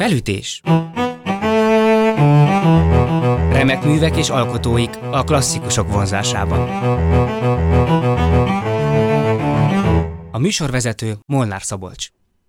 Felütés. Remek művek és alkotóik a klasszikusok vonzásában. A műsorvezető Molnár Szabolcs.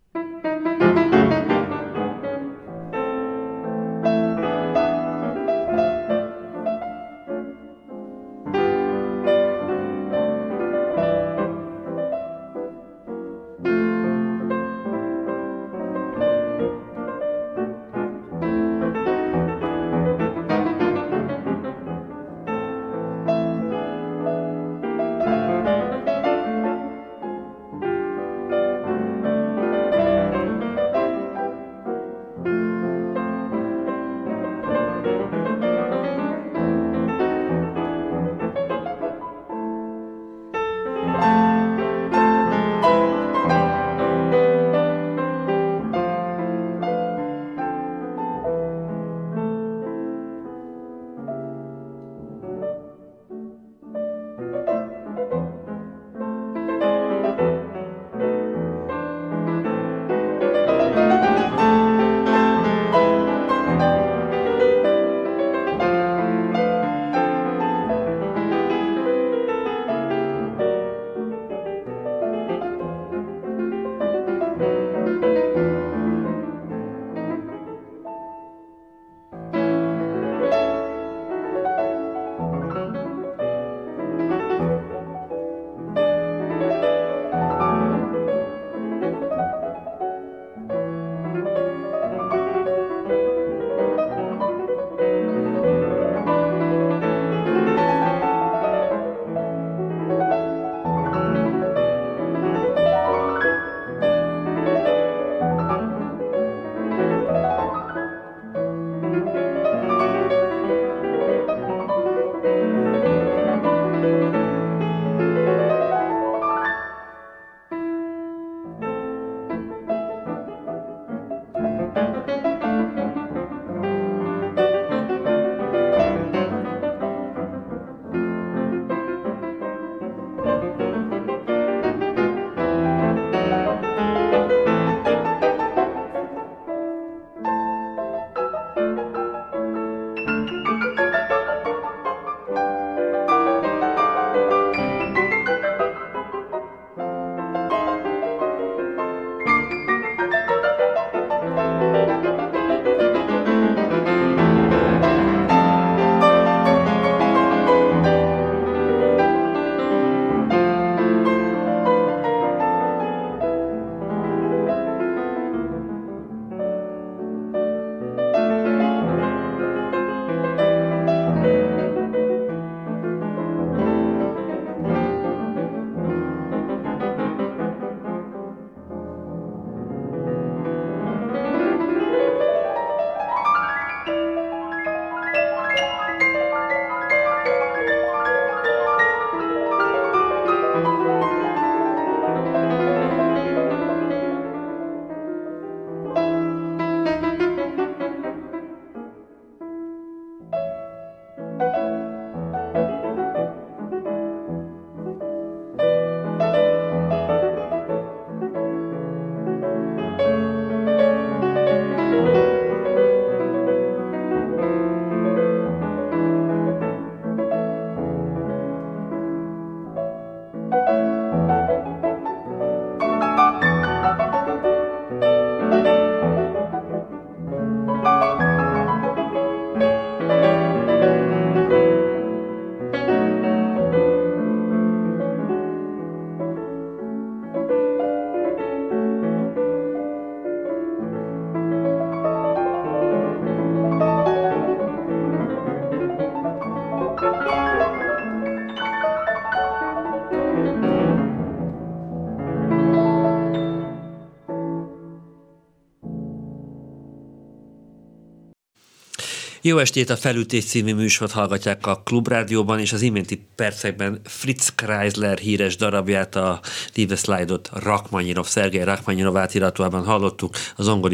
Jó estét, a Felütés című műsort hallgatják a Klubrádióban, és az iménti percekben Fritz Kreisler híres darabját, a Liebe Slide-ot Szergej Rachmaninov átiratúában hallottuk, a zongorista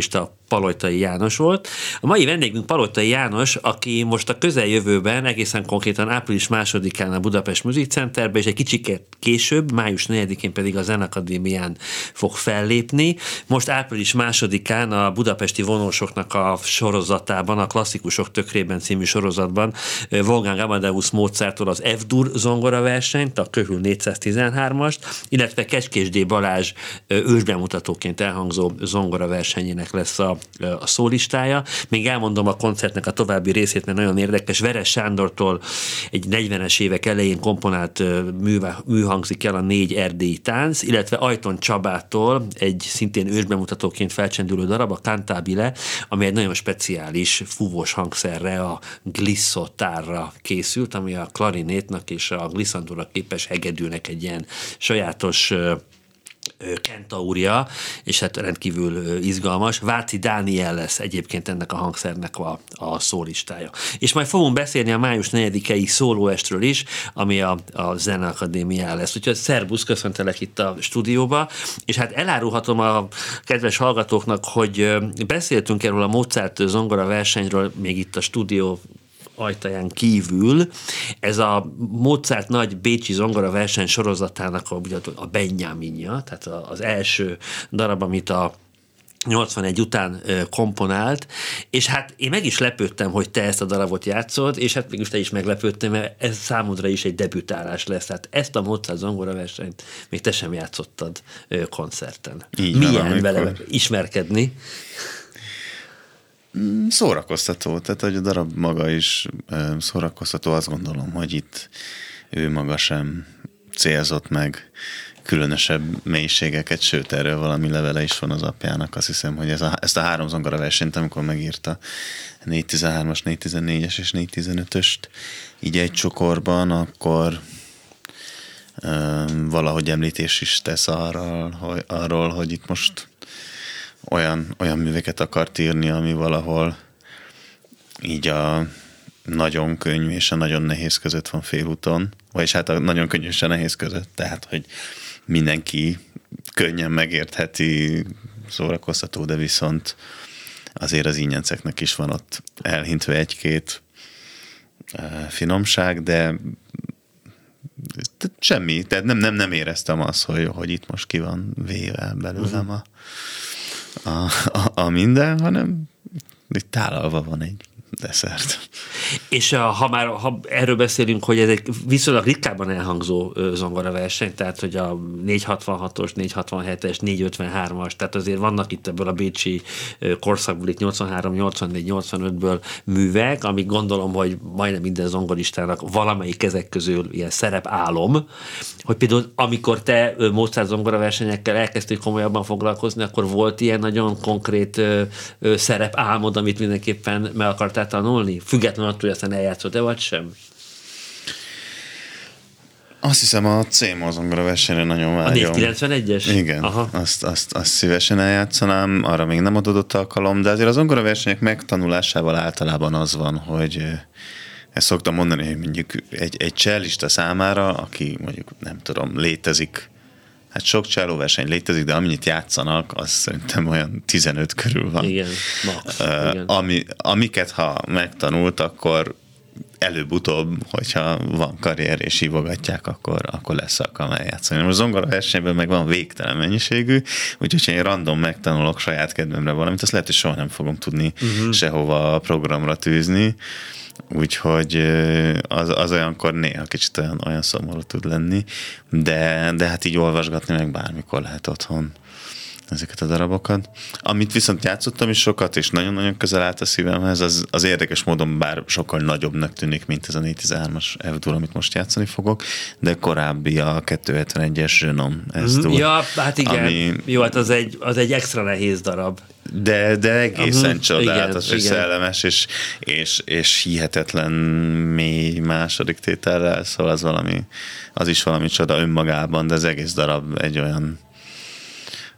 Palotai János volt. A mai vendégünk Palotai János, aki most a közeljövőben, egészen konkrétan április 2-án a Budapest Music Centerben, és egy kicsit később, május 4-én pedig a Zenakadémián fog fellépni. Most április 2-án a budapesti vonósoknak a sorozatában, a Klasszikusok tökrében című sorozatban Wolfgang Amadeus Mozarttól az F-dur zongoraversenyt, a Köhül 413-ast, illetve Kecskés D. Balázs ősbemutatóként elhangzó zongoraversenyének lesz a szólistája. Még elmondom a koncertnek a további részét, mert nagyon érdekes. Veres Sándortól egy 40-es évek elején komponált mű hangzik el, a 4 erdélyi tánc, illetve Ajton Csabától egy szintén ősbemutatóként felcsendülő darab, a Cantabile, ami egy nagyon speciális fúvós hangszerre, a glissotárra készült, ami a klarinétnak és a glissandóra képes hegedűnek egy ilyen sajátos kentaúrja, és hát rendkívül izgalmas. Váci Dániel lesz egyébként ennek a hangszernek a szólistája. És majd fogunk beszélni a május 4-i szólóestről is, ami a Zeneakadémián lesz. Úgyhogy szerbusz, köszöntelek itt a stúdióba, és hát elárulhatom a kedves hallgatóknak, hogy beszéltünk erről a Mozart zongora versenyről még itt a stúdió ajtaján kívül. Ez a Mozart nagy bécsi zongora verseny sorozatának a Benjaminja, tehát az első darab, amit a 81 után komponált, és hát én meg is lepődtem, hogy te ezt a darabot játszod, és hát mégis te is meglepődtem, mert ez számodra is egy debütálás lesz. Tehát ezt a Mozart zongoraversenyt még te sem játszottad koncerten. Így milyen vele ismerkedni? Szórakoztató, tehát hogy a darab maga is szórakoztató, azt gondolom, hogy itt ő maga sem célzott meg különösebb mélységeket, sőt erről valami levele is van az apjának. Azt hiszem, hogy ezt a 3 zongora versenyt, amikor megírta 413-as, 414-es és 415-öst így egy csokorban, akkor valahogy említés is tesz arról, hogy itt most olyan műveket akart írni, ami valahol így a nagyon könnyű és a nagyon nehéz között van félúton, vagyis hát a nagyon könnyű és a nehéz között, tehát, hogy mindenki könnyen megértheti, szórakoztató, de viszont azért az ínyenceknek is van ott elhintve egy-két finomság, de semmi, tehát nem éreztem azt, hogy itt most ki van véve belőlem a minden, hanem itt tálalva van egy desszert. És ha erről beszélünk, hogy ez egy viszonylag ritkábban elhangzó zongoraverseny, tehát hogy a 466-os, 467-es, 453-as, tehát azért vannak itt ebből a bécsi korszakból, itt 83, 84, 85-ből művek, amik gondolom, hogy majdnem minden zongoristának valamelyik ezek közül ilyen szerepálom, hogy például amikor te Mozart zongoraversenyekkel elkezdtél komolyabban foglalkozni, akkor volt ilyen nagyon konkrét szerepálmod, amit mindenképpen meg akartál tanulni? Függetlenül attól, hogy aztán eljátszott-e, vagy sem? Azt hiszem, a C-moll zongora versenyre nagyon vágyom. A 491-es? Igen, azt szívesen eljátszanám, arra még nem adódott alkalom, de azért a zongora versenyek megtanulásával általában az van, hogy ezt szoktam mondani, hogy mondjuk egy csellista számára, aki mondjuk nem tudom, létezik, hát sok csellóverseny létezik, de amennyit játszanak, az szerintem olyan 15 körül van. Igen, max. Igen. Amiket ha megtanult, akkor előbb-utóbb, hogyha van karrier és hívogatják, akkor lesz alkalma eljátszani. Most zongora versenyben meg van végtelen mennyiségű, úgyhogy ha én random megtanulok saját kedvemre valamit, azt lehet, hogy soha nem fogom tudni sehova a programra tűzni. Úgyhogy az olyankor néha kicsit olyan szomorú tud lenni, de hát így olvasgatni meg bármikor lehet otthon ezeket a darabokat. Amit viszont játszottam is sokat, és nagyon-nagyon közel állt a szívemhez, az érdekes módon bár sokkal nagyobbnak tűnik, mint ez a 413-as F-dur, amit most játszani fogok, de korábbi a 271-es Zsenom S-dur. Ja, hát igen. Jó, hát az egy extra nehéz darab. De egészen csodálatos és szellemes, és hihetetlen mély második tétellel, szóval az is valami csoda önmagában, de az egész darab egy olyan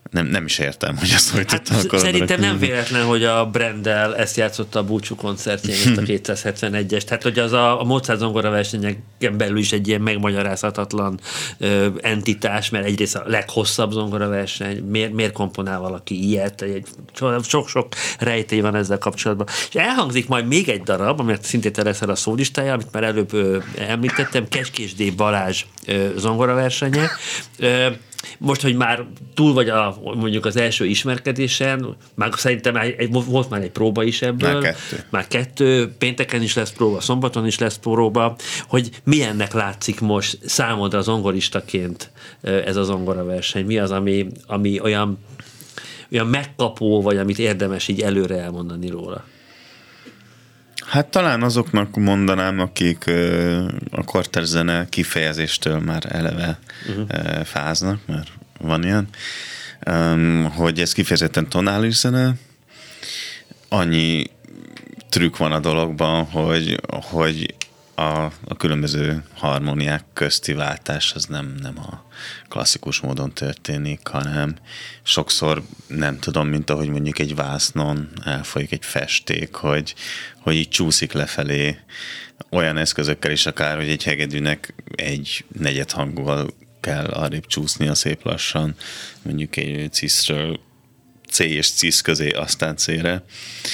nem is értem, hogy azt hogy tudtam akkor. Szerintem nem véletlen, hogy a Brendel ezt játszotta a búcsú koncertjén, ezt a 271-est. Tehát, hogy az a Mozart zongora versenyeken belül is egy ilyen megmagyarázhatatlan entitás, mert egyrészt a leghosszabb zongora verseny, miért komponál valaki ilyet, sok-sok rejtély van ezzel kapcsolatban. És elhangzik majd még egy darab, amit szintén te leszel a szólistája, amit már előbb említettem, Kecskés D. Balázs zongora versenye. Most, hogy már túl vagy mondjuk az első ismerkedésen, már szerintem volt már egy próba is ebből. Már kettő. Pénteken is lesz próba, szombaton is lesz próba. Hogy milyennek látszik most számodra zongoristaként ez a zongoraverseny? Mi az, ami olyan megkapó, vagy amit érdemes így előre elmondani róla? Hát talán azoknak mondanám, akik a kortárs-zene kifejezéstől már eleve fáznak, mert van ilyen, hogy ez kifejezetten tonális zene. Annyi trükk van a dologban, hogy a különböző harmóniák közti váltás az nem a klasszikus módon történik, hanem sokszor nem tudom, mint ahogy mondjuk egy vásznon elfolyik egy festék, hogy így csúszik lefelé olyan eszközökkel is akár, hogy egy hegedűnek egy negyed hanggal kell arrébb csúsznia szép lassan, mondjuk egy ciszről C és cisz közé, aztán C-re.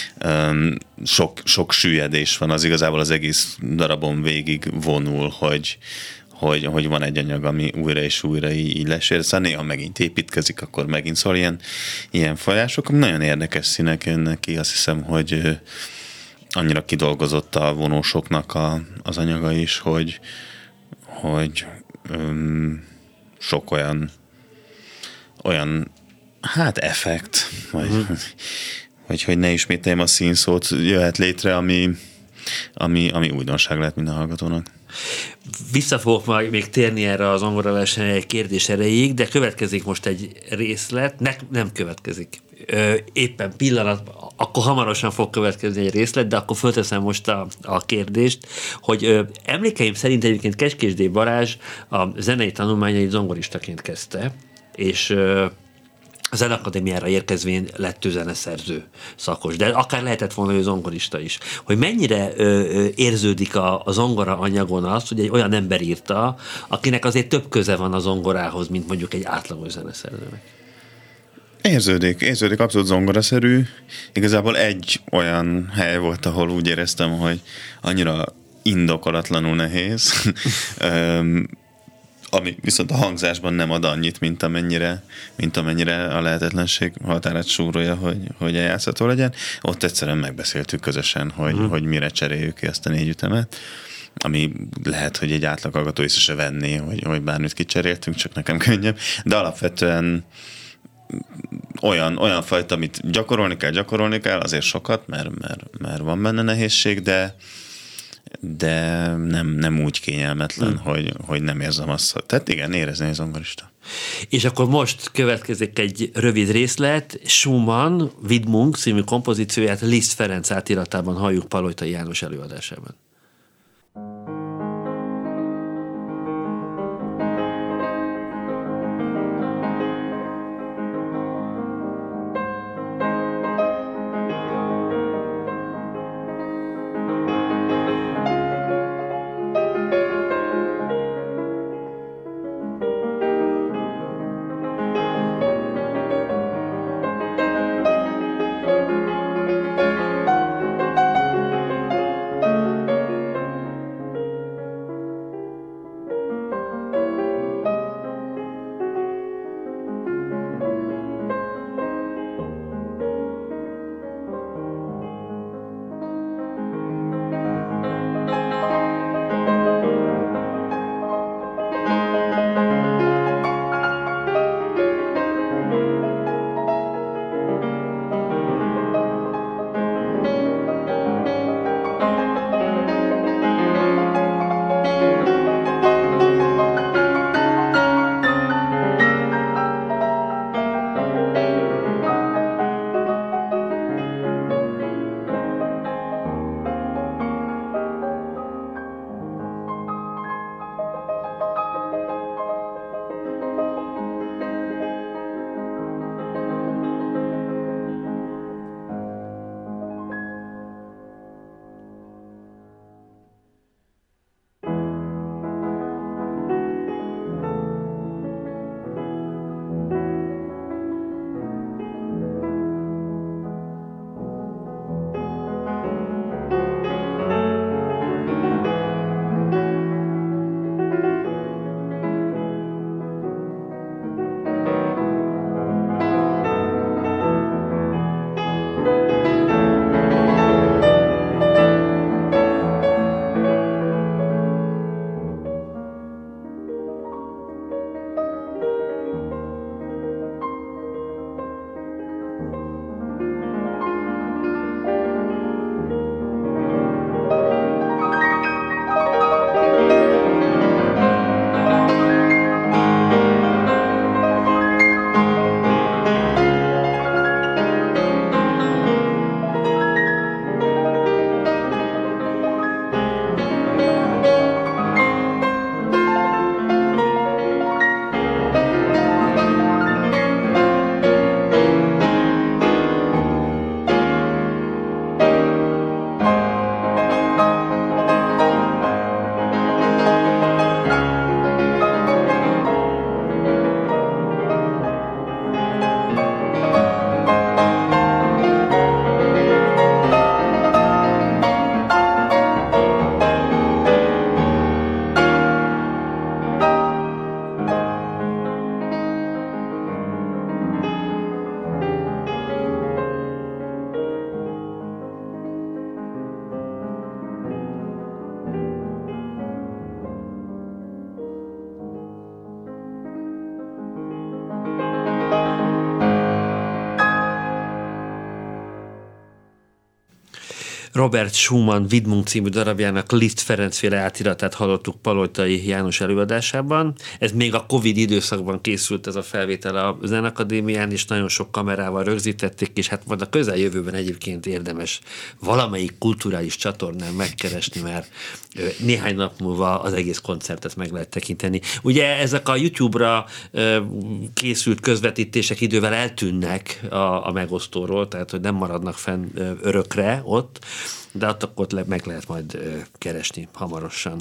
Sok süllyedés van, az igazából az egész darabon végig vonul, hogy van egy anyag, ami újra és újra így lesér, aztán néha megint építkezik, akkor megint szól ilyen folyások. Nagyon érdekes színek jönnek ki, azt hiszem, hogy annyira kidolgozott a vonósoknak az anyaga is, hogy sok olyan hát effekt, vagy hogy ne ismételjem a színszót, jöhet létre, ami újdonság lehet minden hallgatónak. Vissza fogok majd még térni erre az zongoraversenyre egy kérdés erejéig, de következik most egy részlet, nem következik. Éppen pillanat, akkor hamarosan fog következni egy részlet, de akkor fölteszem most a kérdést, hogy emlékeim szerint egyébként Kecskés D. Balázs a zenei tanulmányait zongoristaként kezdte, és a Zenakadémiára érkezvén lett ő zeneszerző szakos, de akár lehetett volna ő zongorista is. Hogy mennyire érződik a zongora anyagon az, hogy egy olyan ember írta, akinek azért több köze van a zongorához, mint mondjuk egy átlagos zeneszerzőnek. Érződik, abszolút zongoraszerű. Igazából egy olyan hely volt, ahol úgy éreztem, hogy annyira indokolatlanul nehéz, ami viszont a hangzásban nem ad annyit, mint amennyire a lehetetlenség határát súrolja, hogy eljátszható legyen. Ott egyszerűen megbeszéltük közösen, hogy mire cseréljük ki ezt a 4 ütemet, ami lehet, hogy egy átlag hallgató észre se venné, hogy bármit kicseréltünk, csak nekem könnyebb, de alapvetően olyan fajta, amit gyakorolni kell, azért sokat, mert van benne nehézség, de nem úgy kényelmetlen, hogy nem érzem azt. Tehát igen, érezni egy zongorista. És akkor most következik egy rövid részlet. Schumann, Widmung című kompozícióját Liszt Ferenc átiratában halljuk Palotai János előadásában. Robert Schumann Widmung című darabjának Liszt Ferencféle átiratát hallottuk Palottai János előadásában. Ez még a Covid időszakban készült ez a felvétel a Zenakadémián, és nagyon sok kamerával rögzítették, és hát majd a közeljövőben egyébként érdemes valamelyik kulturális csatornán megkeresni, mert néhány nap múlva az egész koncertet meg lehet tekinteni. Ugye ezek a YouTube-ra készült közvetítések idővel eltűnnek a megosztóról, tehát hogy nem maradnak fenn örökre ott, de ott meg lehet majd keresni hamarosan.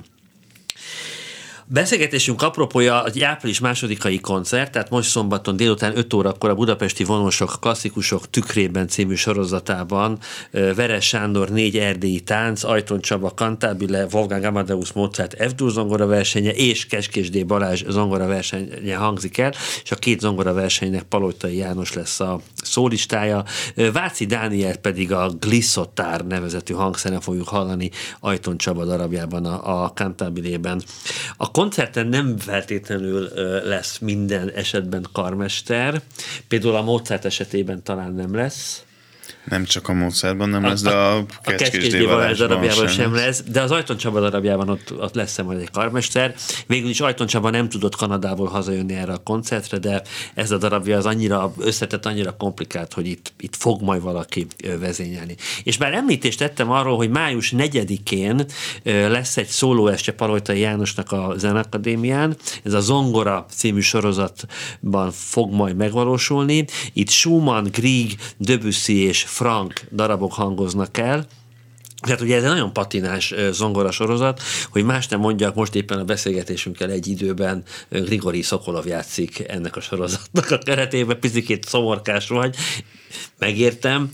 Beszélgetésünk apropója az április 2-ai koncert, tehát most szombaton délután 5 órakor a Budapesti Vonósok Klasszikusok tükrében című sorozatában Veres Sándor 4 erdélyi tánc, Ajton Csaba kantábile, Wolfgang Amadeus Mozart F-dur zongoraversenye és Keskés D. Balázs zongoraversenye hangzik el, és a 2 zongoraversenynek Palottai János lesz a szólistája. Váci Dániel pedig a Glissotár nevezetű hangszeren fogjuk hallani Ajton Csaba darabjában, a kantábilében. A koncerten nem feltétlenül lesz minden esetben karmester, például a Mozart esetében talán nem lesz. Nem csak a Mozartban nem lesz, de a Keskés D. Balázs darabjában sem lesz, de az Ajton Csaba darabjában ott lesz majd egy karmester. Végül is Ajton Csaba nem tudott Kanadából hazajönni erre a koncertre, de ez a darabja az annyira összetett, annyira komplikált, hogy itt fog majd valaki vezényelni. És már említést tettem arról, hogy május 4-én lesz egy szólóestje Palottai Jánosnak a Zenakadémián. Ez a Zongora című sorozatban fog majd megvalósulni. Itt Schumann, Grieg, Debussy és Frank darabok hangoznak el. Tehát ugye ez egy nagyon patinás zongora sorozat, hogy más nem mondjak, most éppen a beszélgetésünkkel egy időben Grigori Szokolov játszik ennek a sorozatnak a keretében, picikét szomorkás vagy, megértem,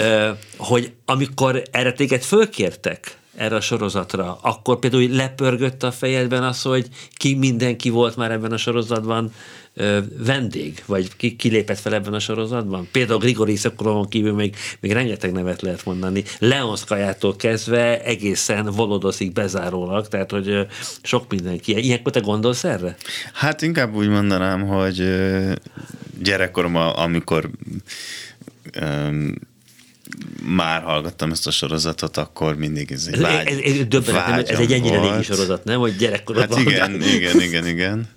hogy amikor erre téged fölkértek, erre a sorozatra, akkor például lepörgött a fejedben az, hogy mindenki volt már ebben a sorozatban vendég, vagy ki lépett fel ebben a sorozatban? Például Grigori Szokolovon kívül még rengeteg nevet lehet mondani. Leonszkajától kezdve egészen Volodoszig bezárólag, tehát hogy sok mindenki. Ilyenkor te gondolsz erre? Hát inkább úgy mondanám, hogy gyerekkoromban, amikor már hallgattam ezt a sorozatot, akkor mindig ez egy ez egy ennyire régi sorozat, nem? Hogy gyerekkorodban. Hát igen.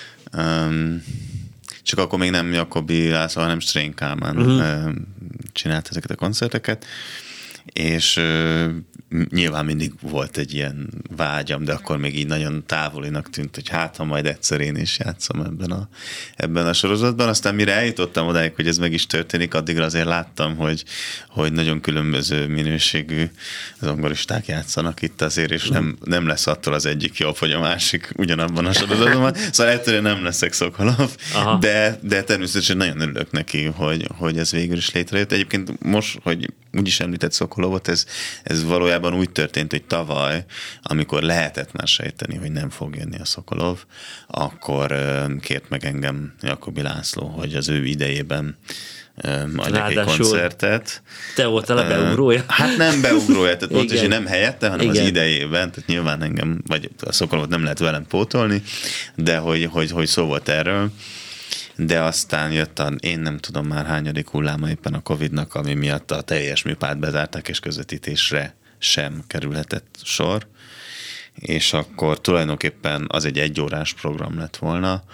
Csak akkor még nem Jakobi László, hanem Strén Kálmán csinált ezeket a koncerteket, és nyilván mindig volt egy ilyen vágyam, de akkor még így nagyon távolinak tűnt, hogy hát, ha majd egyszer én is játszom ebben a sorozatban. Aztán mire eljutottam odáig, hogy ez meg is történik, addigra azért láttam, hogy nagyon különböző minőségű zongoristák játszanak itt azért, és nem lesz attól az egyik jobb, hogy a másik ugyanabban a sorozatban. Szóval egyszerűen nem leszek Szokolov, de természetesen nagyon örülök neki, hogy ez végül is létrejött. Egyébként most, hogy úgyis említett Szokolovot, ez valójában úgy történt, hogy tavaly, amikor lehetett már sejteni, hogy nem fog jönni a Szokolov, akkor kért meg engem Jakobi László, hogy az ő idejében adjak egy koncertet. Te voltál a beugrója? Hát nem beugrója, tehát ott is nem helyette, hanem az idejében, tehát nyilván engem, vagy a Szokolovot nem lehet velem pótolni, de hogy szó volt erről. De aztán jött én nem tudom már hányadik hulláma éppen a Covid-nak, ami miatt a teljes műpát bezárták, és közvetítésre sem kerülhetett sor. És akkor tulajdonképpen az egy 1 órás program lett volna,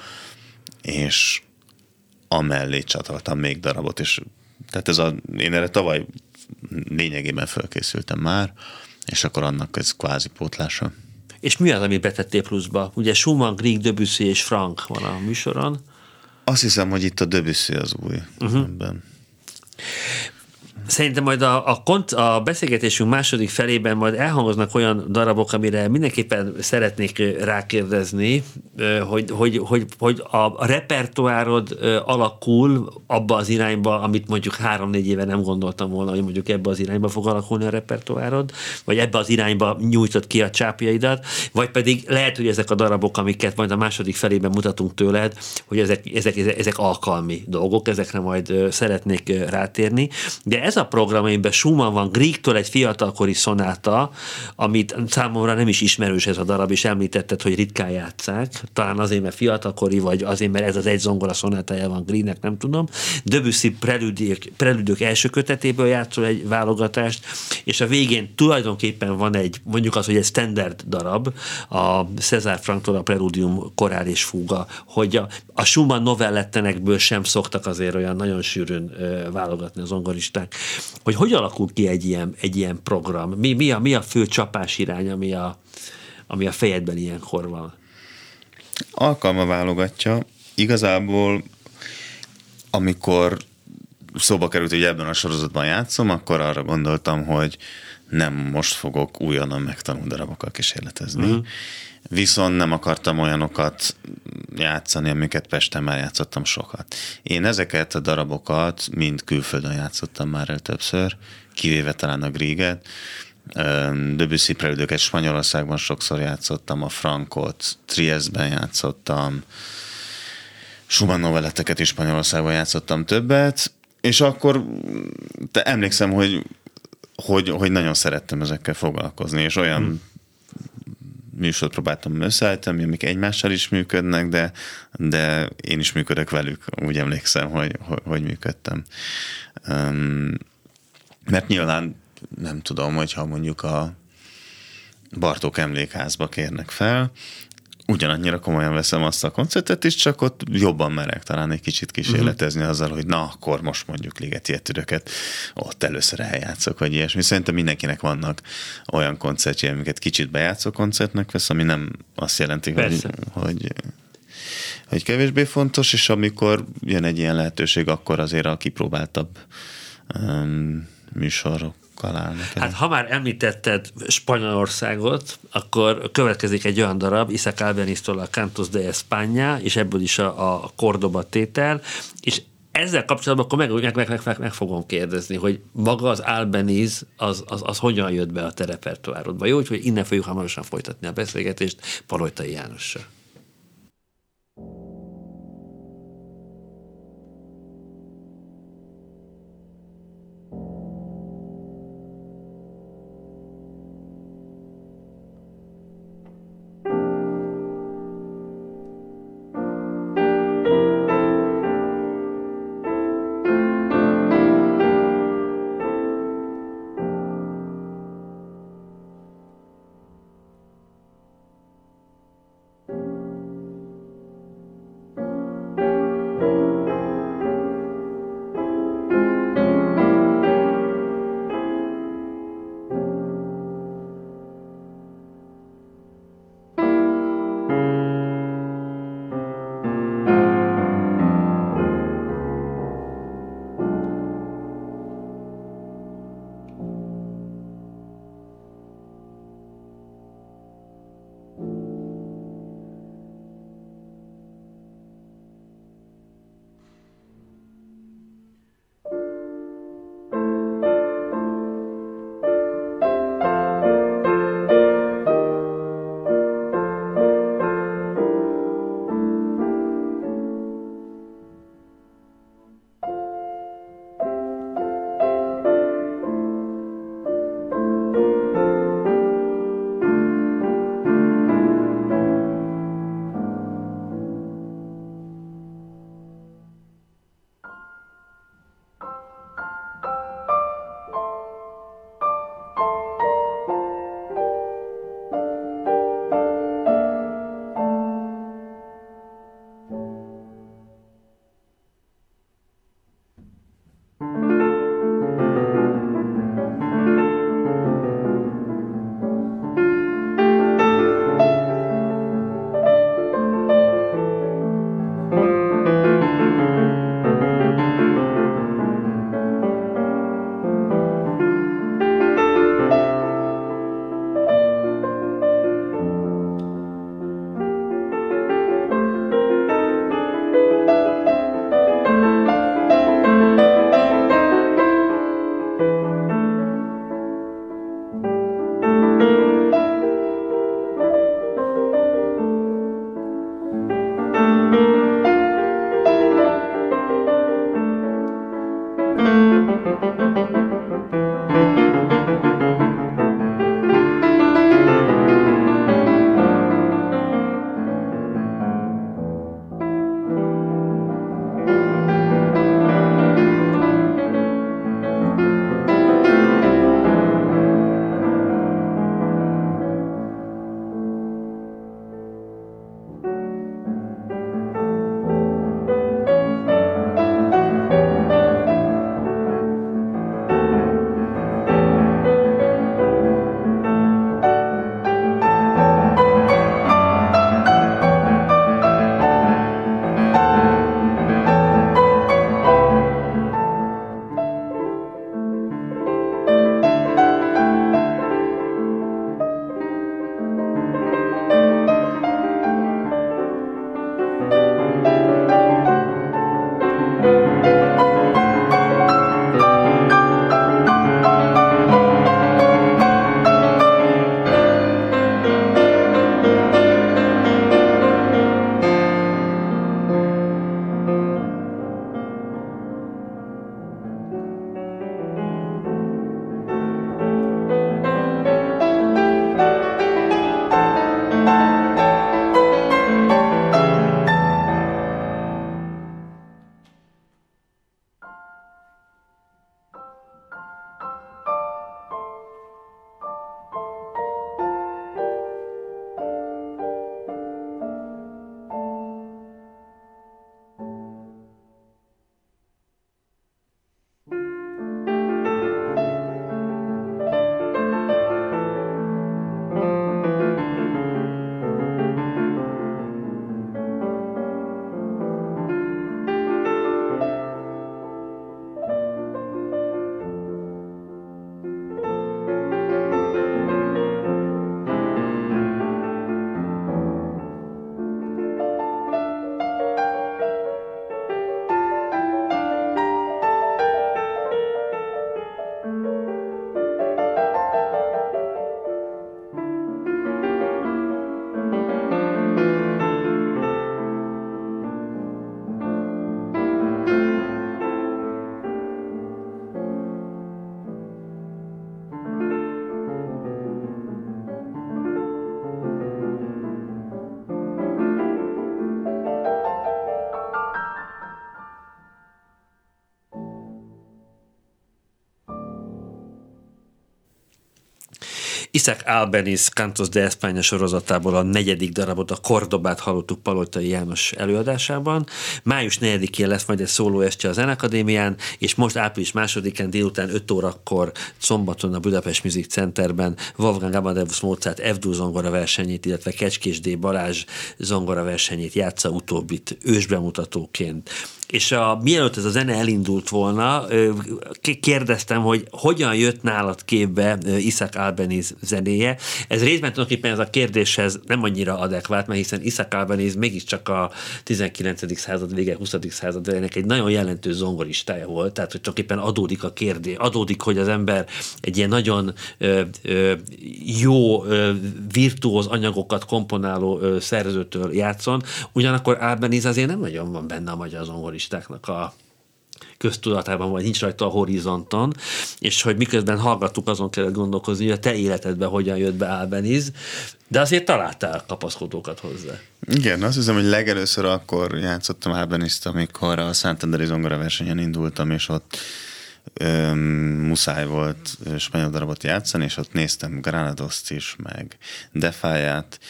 és amellé csatoltam még darabot, és tehát én erre tavaly lényegében felkészültem már, és akkor annak ez kvázi pótlása. És mi az, amit betettél pluszba? Ugye Schumann, Grieg, Debussy és Frank van a műsoron. Azt hiszem, hogy itt a Debussy az új ebben. Szerintem majd a beszélgetésünk második felében majd elhangoznak olyan darabok, amire mindenképpen szeretnék rákérdezni, hogy a repertoárod alakul abba az irányba, amit mondjuk 3-4 éve nem gondoltam volna, hogy mondjuk ebbe az irányba fog alakulni a repertoárod, vagy ebbe az irányba nyújtod ki a csápjaidat, vagy pedig lehet, hogy ezek a darabok, amiket majd a második felében mutatunk tőled, hogy ezek alkalmi dolgok, ezekre majd szeretnék rátérni. De ez a program, amiben Schumann van, Griektől egy fiatalkori szonáta, amit számomra nem is ismerős ez a darab, és említetted, hogy ritkán játsszák, talán azért, mert fiatalkori, vagy azért, mert ez az egy zongora szonátája van Griegnek, nem tudom. Debussy prelüdők első kötetéből játszol egy válogatást, és a végén tulajdonképpen van egy, mondjuk az, hogy egy standard darab, a César Franktól a Preludium korál és fúga, hogy a Schumann novellettenekből sem szoktak azért olyan nagyon sűrűn válogatni az zongoristák. Hogy alakul ki egy ilyen program? Mi a fő csapás irány, ami a fejedben ilyenkor van? Alkalma válogatja. Igazából, amikor szóba került, hogy ebben a sorozatban játszom, akkor arra gondoltam, hogy nem most fogok újonnan megtanulni darabokkal kísérletezni. Viszont nem akartam olyanokat játszani, amiket Pesten már játszottam sokat. Én ezeket a darabokat mind külföldön játszottam már el többször, kivéve talán a Grieget. Debussy prelüdőket Spanyolországban sokszor játszottam, a Frankot Triestben játszottam, Schumann novelletteket is Spanyolországban játszottam többet, és akkor emlékszem, hogy nagyon szerettem ezekkel foglalkozni, és olyan műsort próbáltam összeállítani, amik egymással is működnek, de én is működök velük, úgy emlékszem, hogy működtem. Mert nyilván nem tudom, hogyha mondjuk a Bartók Emlékházba kérnek fel, ugyanannyira komolyan veszem azt a koncertet is, csak ott jobban merek talán egy kicsit kísérletezni azzal, hogy na, akkor most mondjuk Ligeti Etüdöket ott először eljátszok, vagy ilyesmi. Szerintem mindenkinek vannak olyan koncertjei, amiket kicsit bejátszó koncertnek vesz, ami nem azt jelenti, hogy kevésbé fontos, és amikor jön egy ilyen lehetőség, akkor azért a kipróbáltabb műsorok. Hát ha már említetted Spanyolországot, akkor következik egy olyan darab, Isaac Albéniztől a Cantos de España, és ebből is a Cordoba tétel, és ezzel kapcsolatban akkor meg fogom kérdezni, hogy maga az Albéniz az hogyan jött be a te repertoárodba. Jó, hogy innen fogjuk hamarosan folytatni a beszélgetést Palottai Jánossal. Isaac Albeniz Cantos de España sorozatából a 4. darabot, a Cordobát hallottuk Palottai János előadásában. Május 4-én lesz majd egy szólóestje a Zenakadémián, és most április 2-án délután 5 órakor szombaton a Budapest Music Centerben Wolfgang Amadeus Mozart F-dur zongora versenyét, illetve Kecskés D. Balázs zongora versenyét játsza, utóbbit ősbemutatóként. És mielőtt ez a zene elindult volna, kérdeztem, hogy hogyan jött nálad képbe Isaac Albeniz zenéje. Ez részben tulajdonképpen ez a kérdéshez nem annyira adekvát, mert hiszen Isaac Albeniz mégiscsak a 19. század vége, 20. század elejének egy nagyon jelentős zongoristája volt, tehát hogy tulajdonképpen adódik a kérdés, adódik, hogy az ember egy ilyen nagyon jó, virtuóz anyagokat komponáló szerzőtől játszon, ugyanakkor Albeniz azért nem nagyon van benne a magyar zongoristáknak a köztudatában, vagy nincs rajta a horizonton, és hogy miközben hallgattuk, azon kellett gondolkozni, hogy a te életedben hogyan jött be Albeniz, de azért találtál kapaszkodókat hozzá. Igen, azt hiszem, hogy legelőször akkor játszottam Albenizt, amikor a Szentendrei zongora versenyen indultam, és ott muszáj volt spanyol darabot játszani, és ott néztem Granadoszt is, meg Defáját,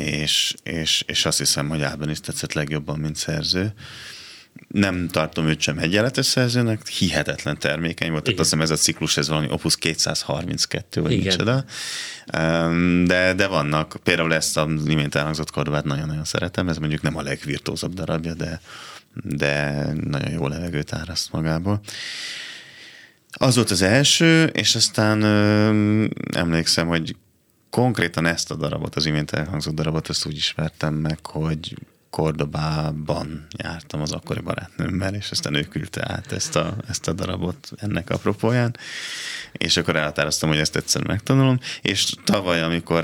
és azt hiszem, hogy Albeniz tetszett legjobban, mint szerző. Nem tartom őt sem egyenletes szerzőnek, hihetetlen termékeny volt, tehát azt hiszem ez a ciklus, ez valami Opus 232, vagy micsoda. De vannak, például ezt az imént elhangzott Cordobát nagyon-nagyon szeretem, ez mondjuk nem a legvirtuózabb darabja, de nagyon jó levegőt áraszt magából. Az volt az első, és aztán emlékszem, hogy konkrétan ezt a darabot, az imént elhangzott darabot, azt úgy ismertem meg, hogy Cordobában jártam az akkori barátnőmmel, és aztán ő küldte át ezt a darabot ennek apropóján, és akkor elhatároztam, hogy ezt egyszer megtanulom, és tavaly, amikor,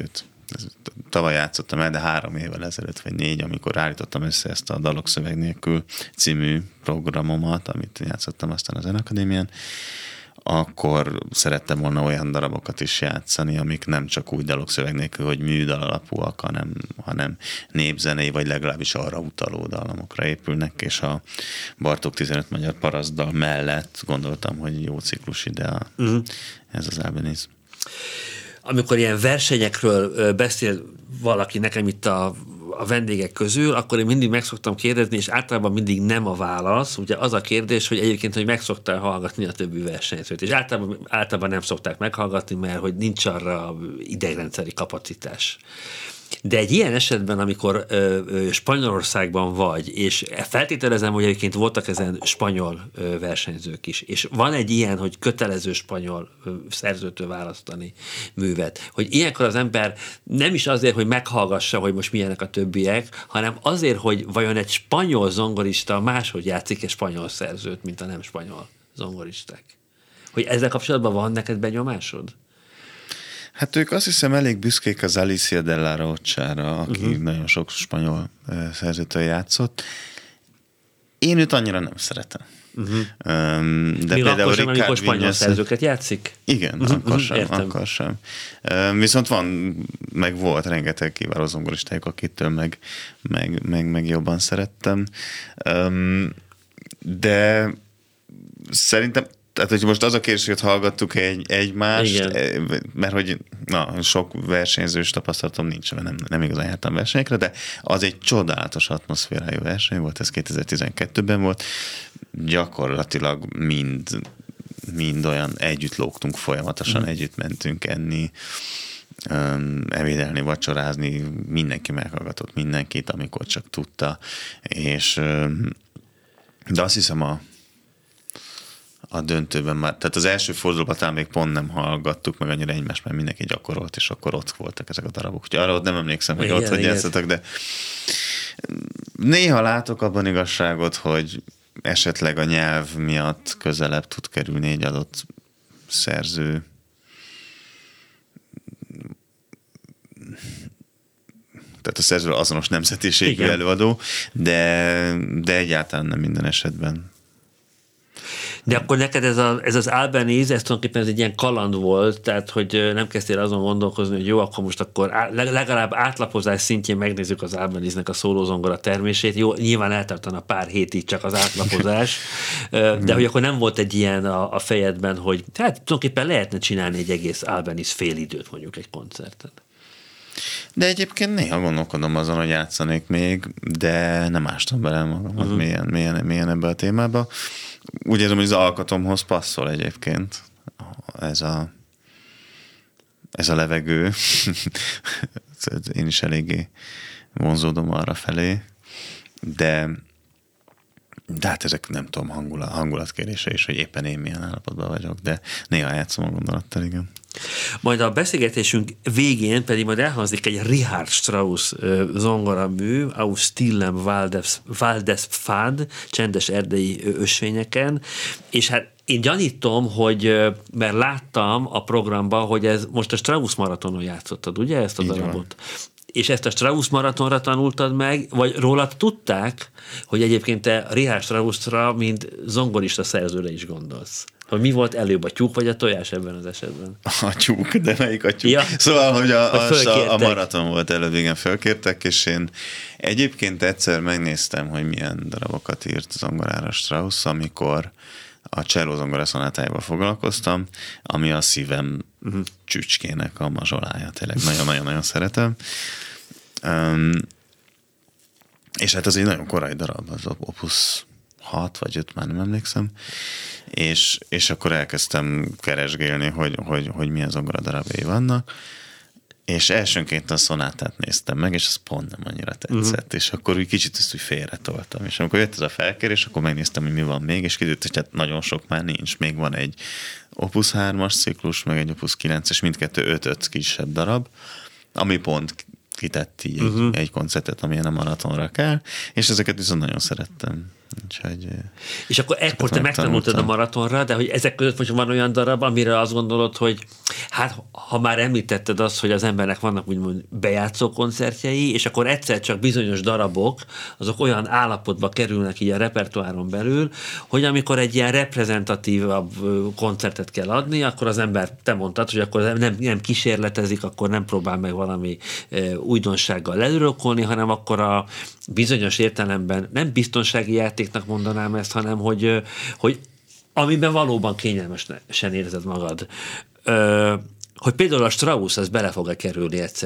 tavaly játszottam el, de 3 évvel ezelőtt, vagy 4, amikor állítottam össze ezt a Dalok szöveg nélkül című programomat, amit játszottam aztán a Zenakadémián, akkor szerettem volna olyan darabokat is játszani, amik nem csak úgy dalok szöveg nélkül, hogy műdal alapúak, hanem népzenei, vagy legalábbis arra utaló dallamokra épülnek, és a Bartók 15 magyar parasztdal mellett gondoltam, hogy jó ciklus ide ez az Albeniz. Amikor ilyen versenyekről beszél valaki nekem itt a vendégek közül, akkor én mindig meg szoktam kérdezni, és általában mindig nem a válasz. Ugye az a kérdés, hogy egyébként, hogy meg szoktál hallgatni a többi versenyzőt, és általában nem szokták meghallgatni, mert hogy nincs arra idegrendszeri kapacitás. De egy ilyen esetben, amikor Spanyolországban vagy, és feltételezem, hogy egyébként voltak ezen spanyol versenyzők is, és van egy ilyen, hogy kötelező spanyol szerzőtől választani művet, hogy ilyenkor az ember nem is azért, hogy meghallgassa, hogy most milyenek a többiek, hanem azért, hogy vajon egy spanyol zongorista máshogy játszik egy spanyol szerzőt, mint a nem spanyol zongoristák. Hogy ezzel kapcsolatban van neked benyomásod? Hát ők azt hiszem elég büszkék az Alicia de la Rocha-ra, aki nagyon sok spanyol szerzőtől játszott. Én őt annyira nem szeretem. De még akkor sem, amikor spanyol szerzőket játszik? Igen, akkor sem. Viszont meg volt rengeteg kiváló zongoristájuk, akitől meg jobban szerettem. De szerintem, tehát, hogy most az a kérdés, hogy hallgattuk egymást, igen. Mert hogy sok versenyzős tapasztalatom nincs, mert nem igazán jártam versenyekre, de az egy csodálatos atmoszférájú verseny volt, ez 2012-ben volt, gyakorlatilag mind olyan együtt lógtunk folyamatosan, együtt mentünk enni, evédelni, vacsorázni, mindenki meghallgatott mindenkit, amikor csak tudta, és de azt hiszem a döntőben már, tehát az első fordulóban talán még pont nem hallgattuk meg annyira egymást, mert mindenki gyakorolt, és akkor ott voltak ezek a darabok. Úgyhogy arra ott nem emlékszem, hogy ott hogy játszottak, de néha látok abban igazságot, hogy esetleg a nyelv miatt közelebb tud kerülni egy adott szerző. Tehát a szerző azonos nemzetiségű előadó, de egyáltalán nem minden esetben. De akkor neked ez az Albanese, ez tulajdonképpen ez egy ilyen kaland volt, tehát hogy nem kezdtél azon gondolkozni, hogy jó, akkor most akkor legalább átlapozás szintjén megnézzük az Albanese-nek a szólózongora termését. Jó, nyilván eltartana pár hétig csak az átlapozás, de hogy akkor nem volt egy ilyen a fejedben, hogy tehát tulajdonképpen lehetne csinálni egy egész Albanese félidőt mondjuk egy koncerten. De egyébként néha gondolkodom azon, hogy játszanék még, de nem ástam bele magamat mélyen ebbe a témába. Úgy érzem, hogy az alkatomhoz passzol egyébként ez a levegő. Én is eléggé vonzódom arra felé, de hát ezek nem tudom, hangulatkérése is, hogy éppen én milyen állapotban vagyok, de néha játszom a gondolattal, igen. Majd a beszélgetésünk végén pedig majd elhangzik egy Richard Strauss zongoramű, Aus stillem Waldespfad, csendes erdei ösvényeken, és hát én gyanítom, hogy, mert láttam a programban, hogy ez most a Strauss maratonon játszottad, ugye ezt a darabot? És ezt a Strauss maratonra tanultad meg, vagy rólad tudták, hogy egyébként te Richard Straussra, mint zongorista szerzőre is gondolsz? Hogy mi volt előbb, a tyúk vagy a tojás ebben az esetben? A tyúk, de melyik a tyúk? Ja. Szóval, hogy a maraton volt előbb, igen, fölkértek, és én egyébként egyszer megnéztem, hogy milyen darabokat írt zongorára Strauss, amikor a cselló zongora szonátájával foglalkoztam, ami a szívem csücskének a mazsolája. Tényleg nagyon-nagyon szeretem. És hát az egy nagyon korai darab, az Opus 6 vagy 5, már nem emlékszem. És akkor elkezdtem keresgélni, hogy milyen zongora darabjai vannak, és elsőnként a szonátát néztem meg, és az pont nem annyira tetszett, és akkor úgy kicsit ezt úgy félretoltam. És amikor jött ez a felkérés, akkor megnéztem, hogy mi van még, és kiderült, hogy hát nagyon sok már nincs. Még van egy Opus 3-as ciklus, meg egy Opus 9-es, mindkettő 5-5 kisebb darab, ami pont kitett így egy koncertet, amilyen a maratonra kell, és ezeket viszont nagyon szerettem. Úgyhogy, és akkor ekkor te megtanultad a maratonra, de hogy ezek között most van olyan darab, amire azt gondolod, hogy hát ha már említetted azt, hogy az embernek vannak úgymond bejátszó koncertjei, és akkor egyszer csak bizonyos darabok, azok olyan állapotba kerülnek így a repertoáron belül, hogy amikor egy ilyen reprezentatívabb koncertet kell adni, akkor az ember, te mondtad, hogy akkor nem kísérletezik, akkor nem próbál meg valami újdonsággal leürökölni, hanem akkor a bizonyos értelemben nem biztonsági játéknak mondanám ezt, hanem hogy amiben valóban kényelmesen érzed magad. Hogy például a Strauss az bele fog-e kerülni egyszer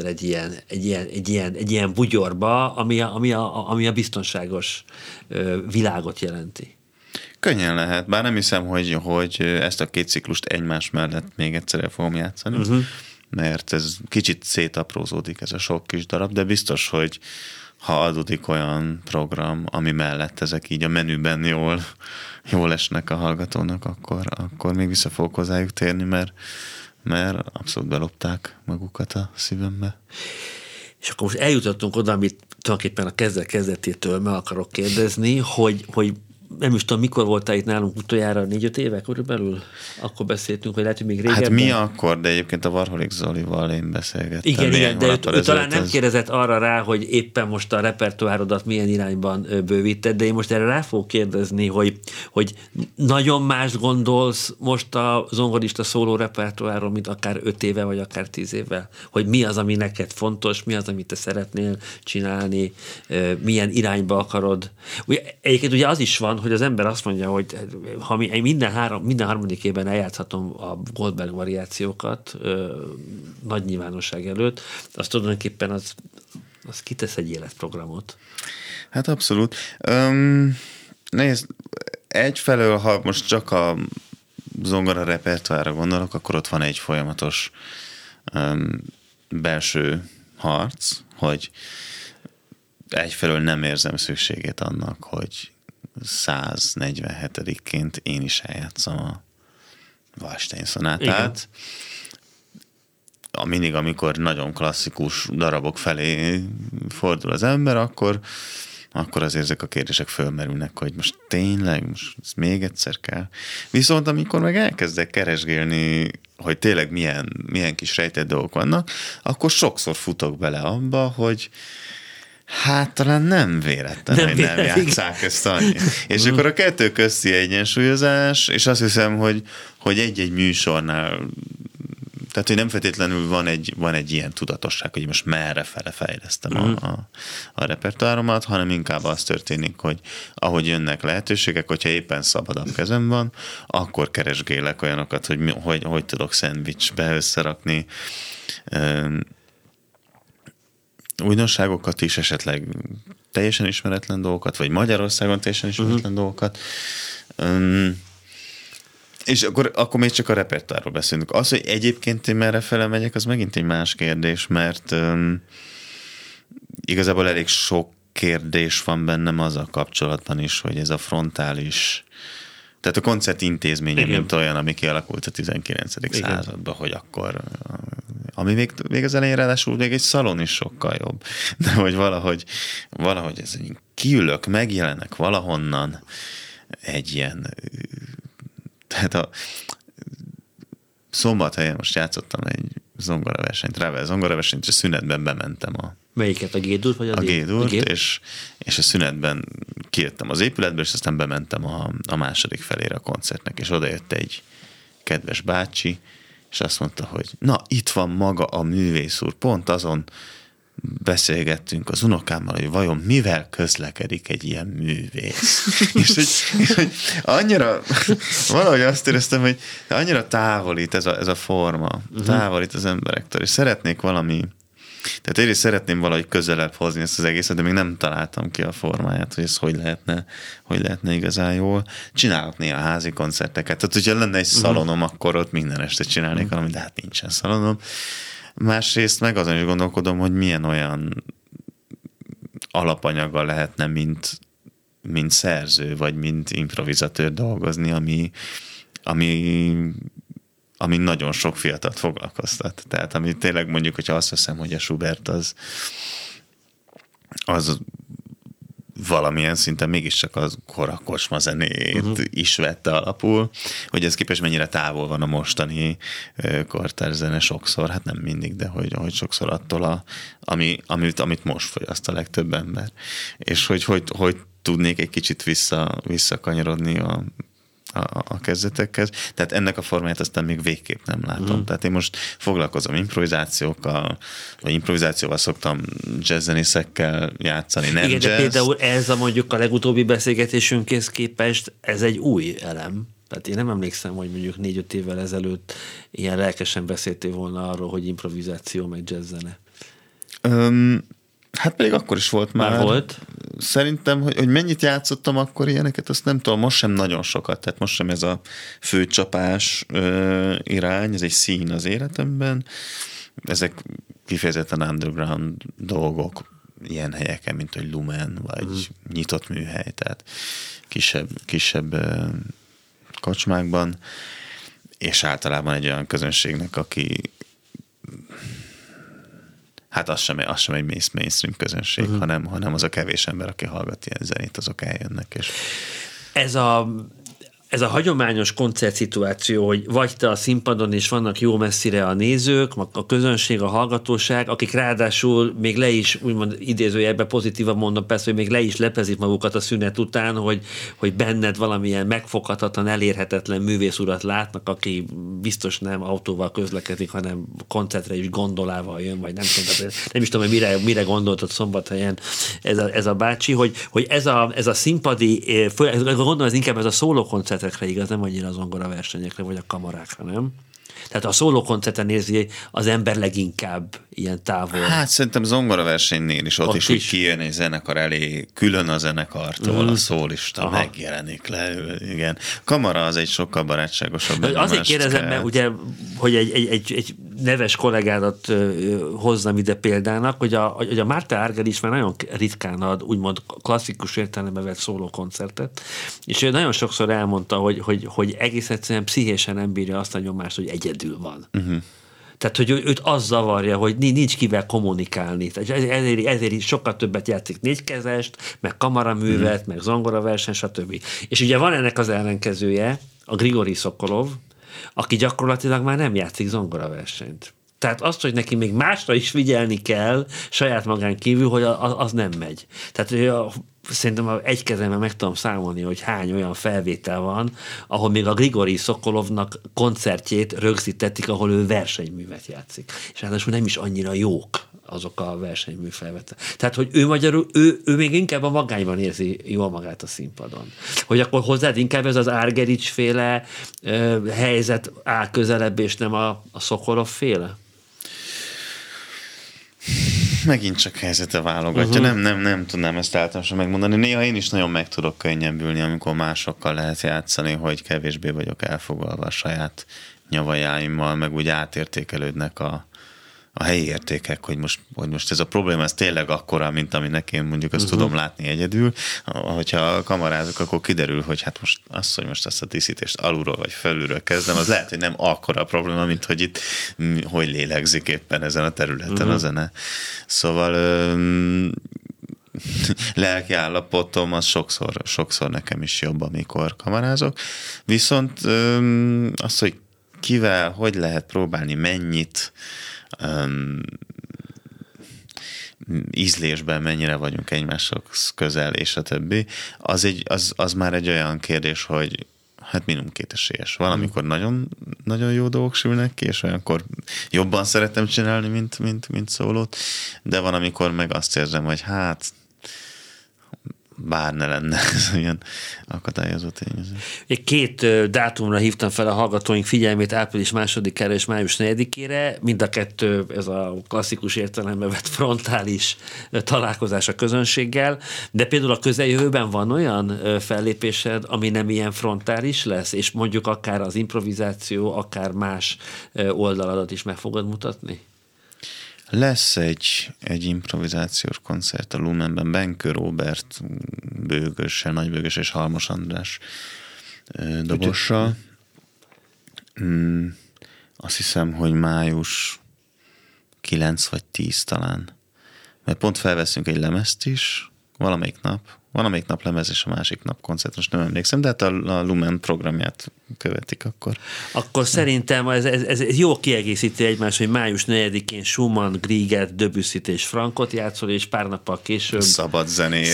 egy ilyen bugyorba, ami a biztonságos világot jelenti. Könnyen lehet, bár nem hiszem, hogy ezt a két ciklust egymás mellett még egyszer el fogom játszani, mert ez kicsit szétaprózódik ez a sok kis darab, de biztos, hogy ha adódik olyan program, ami mellett ezek így a menüben jól esnek a hallgatónak, akkor még vissza fogok hozzájuk térni, mert abszolút belopták magukat a szívembe. És akkor most eljutottunk oda, amit tulajdonképpen a kezdetétől meg akarok kérdezni, hogy nem is tudom, mikor voltál itt nálunk utoljára, 4-5 éve körülbelül? Akkor beszéltünk, hogy lehet, hogy még régebben. Hát mi akkor, de egyébként a Varholik Zolival én beszélgettem. Igen, de ő talán nem kérdezett arra rá, hogy éppen most a repertoárodat milyen irányban bővíted, de én most erre rá fogok kérdezni, hogy nagyon más gondolsz most a zongorista szóló repertoárról, mint akár 5 éve, vagy akár 10 évvel? Hogy mi az, ami neked fontos, mi az, amit te szeretnél csinálni, milyen irányba akarod? Egyébként ugye az is van, hogy az ember azt mondja, hogy ha minden harmadik évben eljátszhatom a Goldberg variációkat nagy nyilvánosság előtt, az tulajdonképpen az kitesz egy életprogramot. Hát abszolút. Nézd, egyfelől, ha most csak a zongora repertoárra gondolok, akkor ott van egy folyamatos belső harc, hogy egyfelől nem érzem szükségét annak, hogy 147-ként én is eljátszom a Wallstein szonátát. Mindig, amikor nagyon klasszikus darabok felé fordul az ember, akkor azért ezek a kérdések fölmerülnek, hogy most tényleg, most ez még egyszer kell. Viszont amikor meg elkezdek keresgélni, hogy tényleg milyen kis rejtett dolgok vannak, akkor sokszor futok bele abba, hogy Hát talán nem véletlen, hogy nem játsszák ezt annyi. És akkor a kettő közti egyensúlyozás, és azt hiszem, hogy egy-egy műsornál, tehát, hogy nem feltétlenül van egy ilyen tudatosság, hogy most merre fele fejlesztem a repertoáromat, hanem inkább az történik, hogy ahogy jönnek lehetőségek, hogyha éppen szabadabb kezem van, akkor keresgélek olyanokat, hogy tudok szendvicsbe összerakni újdonságokat is, esetleg teljesen ismeretlen dolgokat, vagy Magyarországon teljesen ismeretlen dolgokat. És akkor még csak a repertoárról beszélünk. Az, hogy egyébként én merre fele megyek, az megint egy más kérdés, mert igazából elég sok kérdés van bennem azzal kapcsolatban is, hogy ez a frontális, tehát a koncert intézménye, mint olyan, ami kialakult a 19. században, hogy akkor, ami még az elején ráadásul még egy szalon is sokkal jobb, de hogy valahogy ez kiülök, megjelenek valahonnan egy ilyen, tehát a Szombathelyen most játszottam egy zongoraversenyt, Travel zongoraversenyt, és szünetben bementem Melyiket, a G-durt vagy a G-durt, és a szünetben kijöttem az épületből, és aztán bementem a második felére a koncertnek, és oda jött egy kedves bácsi, és azt mondta, hogy na, itt van maga a művész úr, pont azon beszélgettünk az unokámmal, hogy vajon mivel közlekedik egy ilyen művész. és hogy annyira, valahogy azt éreztem, hogy annyira távolít ez a forma, távolít az emberektől, és szeretnék tehát egyrészt szeretném valahogy közelebb hozni ezt az egészet, de még nem találtam ki a formáját, hogy ez hogy lehetne igazán jól. Csinálok néha házi koncerteket. Tehát, hogyha lenne egy szalonom, akkor ott minden este csinálnék valamit, de hát nincsen szalonom. Másrészt meg azon is gondolkodom, hogy milyen olyan alapanyaga lehetne, mint szerző, vagy mint improvizatőr dolgozni, ami nagyon sok fiatalt foglalkoztat. Tehát ami tényleg mondjuk, hogyha azt veszem, hogy a Schubert az valamilyen szinten mégiscsak az kora kocsma zenét is vette alapul, hogy ez képest mennyire távol van a mostani kortárs sokszor, hát nem mindig, de hogy sokszor attól, amit most fogyaszt a legtöbb ember. És hogy tudnék egy kicsit visszakanyarodni a kezdetekhez. Tehát ennek a formáját aztán még végképp nem látom. Tehát én most foglalkozom improvizációval szoktam jazzzenészekkel játszani, nem igen, jazz. De például ez mondjuk a legutóbbi beszélgetésünkhez képest, ez egy új elem. Tehát én nem emlékszem, hogy mondjuk 4-5 évvel ezelőtt ilyen lelkesen beszéltél volna arról, hogy improvizáció meg jazzzene. Hát pedig akkor is volt már. Volt? Szerintem, hogy mennyit játszottam akkor ilyeneket, azt nem tudom, most sem nagyon sokat, tehát most sem ez a főcsapás irány, ez egy szín az életemben. Ezek kifejezetten underground dolgok ilyen helyeken, mint hogy Lumen, vagy nyitott műhely, tehát kisebb kocsmákban, és általában egy olyan közönségnek, aki hát az sem egy mainstream közönség, hanem az a kevés ember, aki hallgat ilyen zenét, azok eljönnek. És... Ez a hagyományos koncertszituáció, hogy vagy te a színpadon, és vannak jó messzire a nézők, a közönség, a hallgatóság, akik ráadásul még le is, úgymond idézőjelben pozitívan mondom persze, hogy még le is lepezik magukat a szünet után, hogy benned valamilyen megfoghatatlan, elérhetetlen művész urat látnak, aki biztos nem autóval közlekedik, hanem koncertre is gondolával jön, vagy nem is tudom, hogy mire gondoltad Szombathelyen ez a bácsi, hogy ez a színpadi, gondolom ez inkább ez a szóló koncertekre igaz, nem annyira a zongoraversenyekre, vagy a kamarákra, nem? Tehát a szólókoncerten érzi az ember leginkább ilyen távol. Hát szerintem zongoraversenynél is ott is, hogy kijön egy zenekar elé, külön a zenekartól, a szólista megjelenik, leül, igen. Kamara az egy sokkal barátságosabb. Azért kérdezem, mert ugye, hogy egy neves kollégádat hozzam ide példának, hogy a Márta Árger is már nagyon ritkán ad úgymond klasszikus értelemben vett szólókoncertet, és ő nagyon sokszor elmondta, hogy egész egyszerűen pszichésen nem bírja azt a nyomást, hogy egyedül van. Tehát, hogy őt az zavarja, hogy nincs kivel kommunikálni. Ezért is sokkal többet játszik négykezest, meg kamaraművet, meg zongoraverseny, stb. És ugye van ennek az ellenkezője, a Grigori Szokolov, aki gyakorlatilag már nem játszik zongoraversenyt. Tehát azt, hogy neki még másra is figyelni kell, saját magán kívül, hogy az nem megy. Tehát szerintem egy kezemben meg tudom számolni, hogy hány olyan felvétel van, ahol még a Grigori Szokolovnak koncertjét rögzítették, ahol ő versenyművet játszik. És ráadásul nem is annyira jók azok a versenymű felvétel. Tehát, hogy ő magyarul, ő még inkább a magányban érzi jól magát a színpadon. Hogy akkor hozzád inkább ez az Argerich féle helyzet áll közelebb, és nem a Szokolov féle? Megint csak helyzete válogatja. Nem tudnám ezt általánosan megmondani. Néha én is nagyon meg tudok könnyebbülni, amikor másokkal lehet játszani, hogy kevésbé vagyok elfoglalva a saját nyavajáimmal, meg úgy átértékelődnek a helyi értékek, hogy most ez a probléma, ez tényleg akkora, mint aminek én mondjuk azt tudom látni egyedül. Hogyha kamarázok, akkor kiderül, hogy hát most azt a díszítést alulról vagy felülről kezdem, az lehet, hogy nem akkora probléma, mint hogy itt hogy lélegzik éppen ezen a területen a zene. Szóval lelki állapotom az sokszor nekem is jobb, amikor kamarázok. Viszont az, hogy kivel, hogy lehet próbálni, mennyit, ízlésben mennyire vagyunk egymáshoz közel, és a többi, az már egy olyan kérdés, hogy hát minimum kétesélyes. Valamikor nagyon, nagyon jó dolgok sülnek ki, és olyankor jobban szeretem csinálni, mint szólót, de van, amikor meg azt érzem, hogy hát bár ne lenne ez ilyen akadályozó tényező. Két dátumra hívtam fel a hallgatóink figyelmét, április 2-ára és május 4-ére. Mind a kettő ez a klasszikus értelembe vett frontális találkozás a közönséggel, de például a közeljövőben van olyan fellépésed, ami nem ilyen frontális lesz, és mondjuk akár az improvizáció, akár más oldaladat is meg fogod mutatni? Lesz egy improvizációs koncert a Lumenben, Benkő Róbert bőgössel, Nagybőgös és Halmos András dobossal. Azt hiszem, hogy május 9 vagy 10 talán. Mert pont felveszünk egy lemezt is, valamelyik nap lemez és a másik nap koncert, most nem emlékszem, de hát a Lumen programját követik akkor. Akkor szerintem ez jó kiegészíti egymást, hogy május 4-én Schumann, Grieget, Debussyt és Frankot játszol, és pár nappal később szabad zenét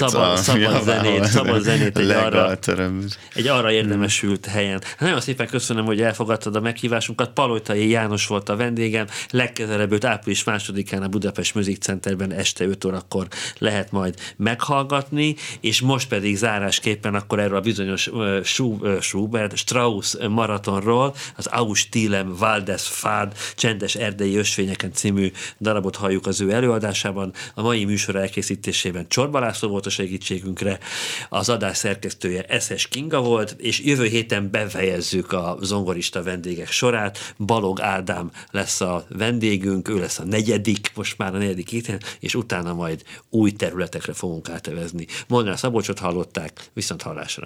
egy arra érdemesült helyen. Nagyon szépen köszönöm, hogy elfogadtad a meghívásunkat. Palotai János volt a vendégem, legközelebb őt április 2-án a Budapest Music Centerben este 5 órakor lehet majd meghallgatni, és most pedig zárásképpen akkor erről a bizonyos Strauss maratonról, az Austilem Waldes Fád, Csendes erdei ösvényeken című darabot halljuk az ő előadásában. A mai műsor elkészítésében Csorba László volt a segítségünkre, az adás szerkesztője Eszes Kinga volt, és jövő héten befejezzük a zongorista vendégek sorát. Balog Ádám lesz a vendégünk, ő lesz a most már a negyedik héten, és utána majd új területekre fogunk átevezni. Molnár Szabolcsot hallották, viszont hallásra.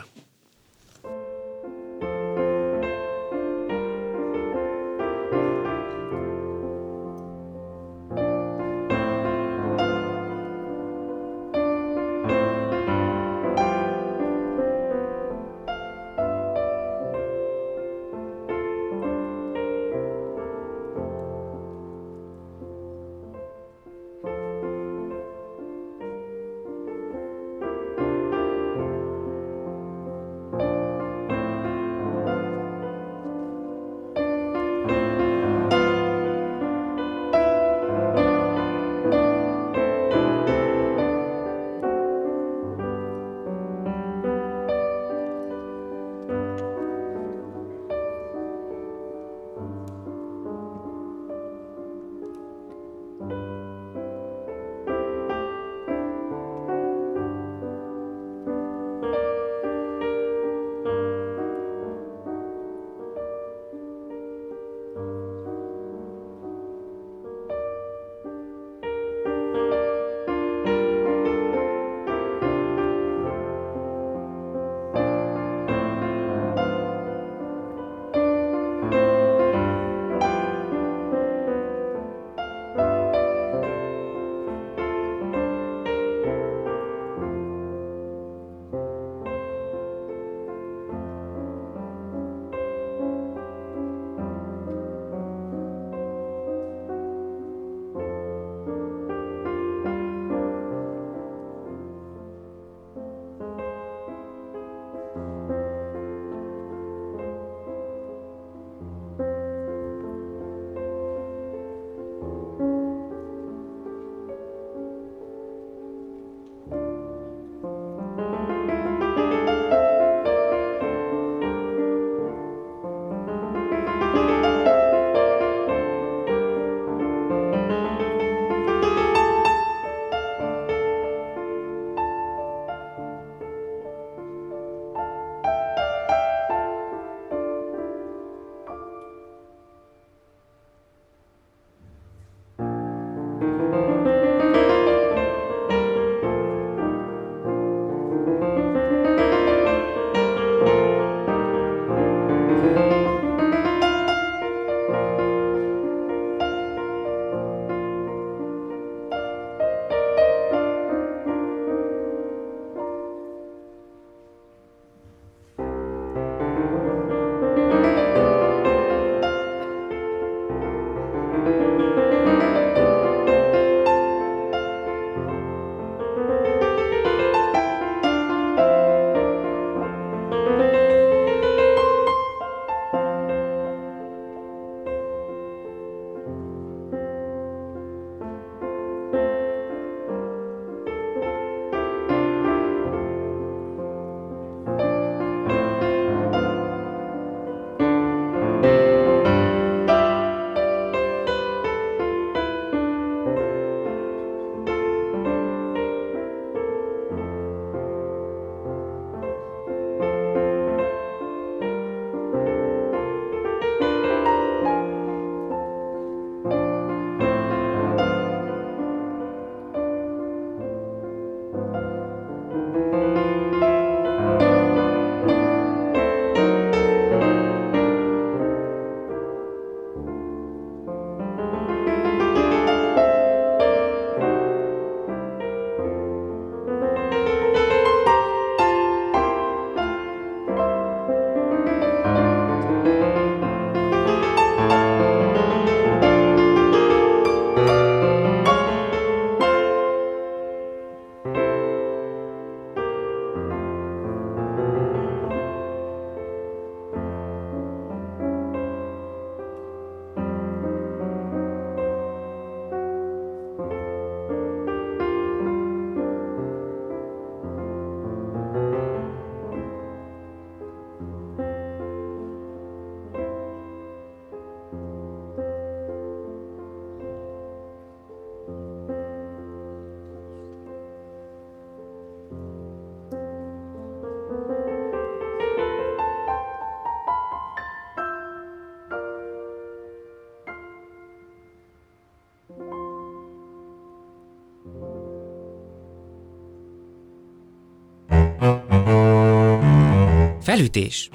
Felütés.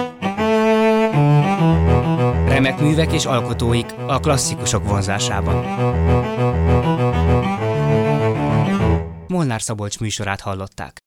Remek művek és alkotóik a klasszikusok vonzásában. Molnár Szabolcs műsorát hallották.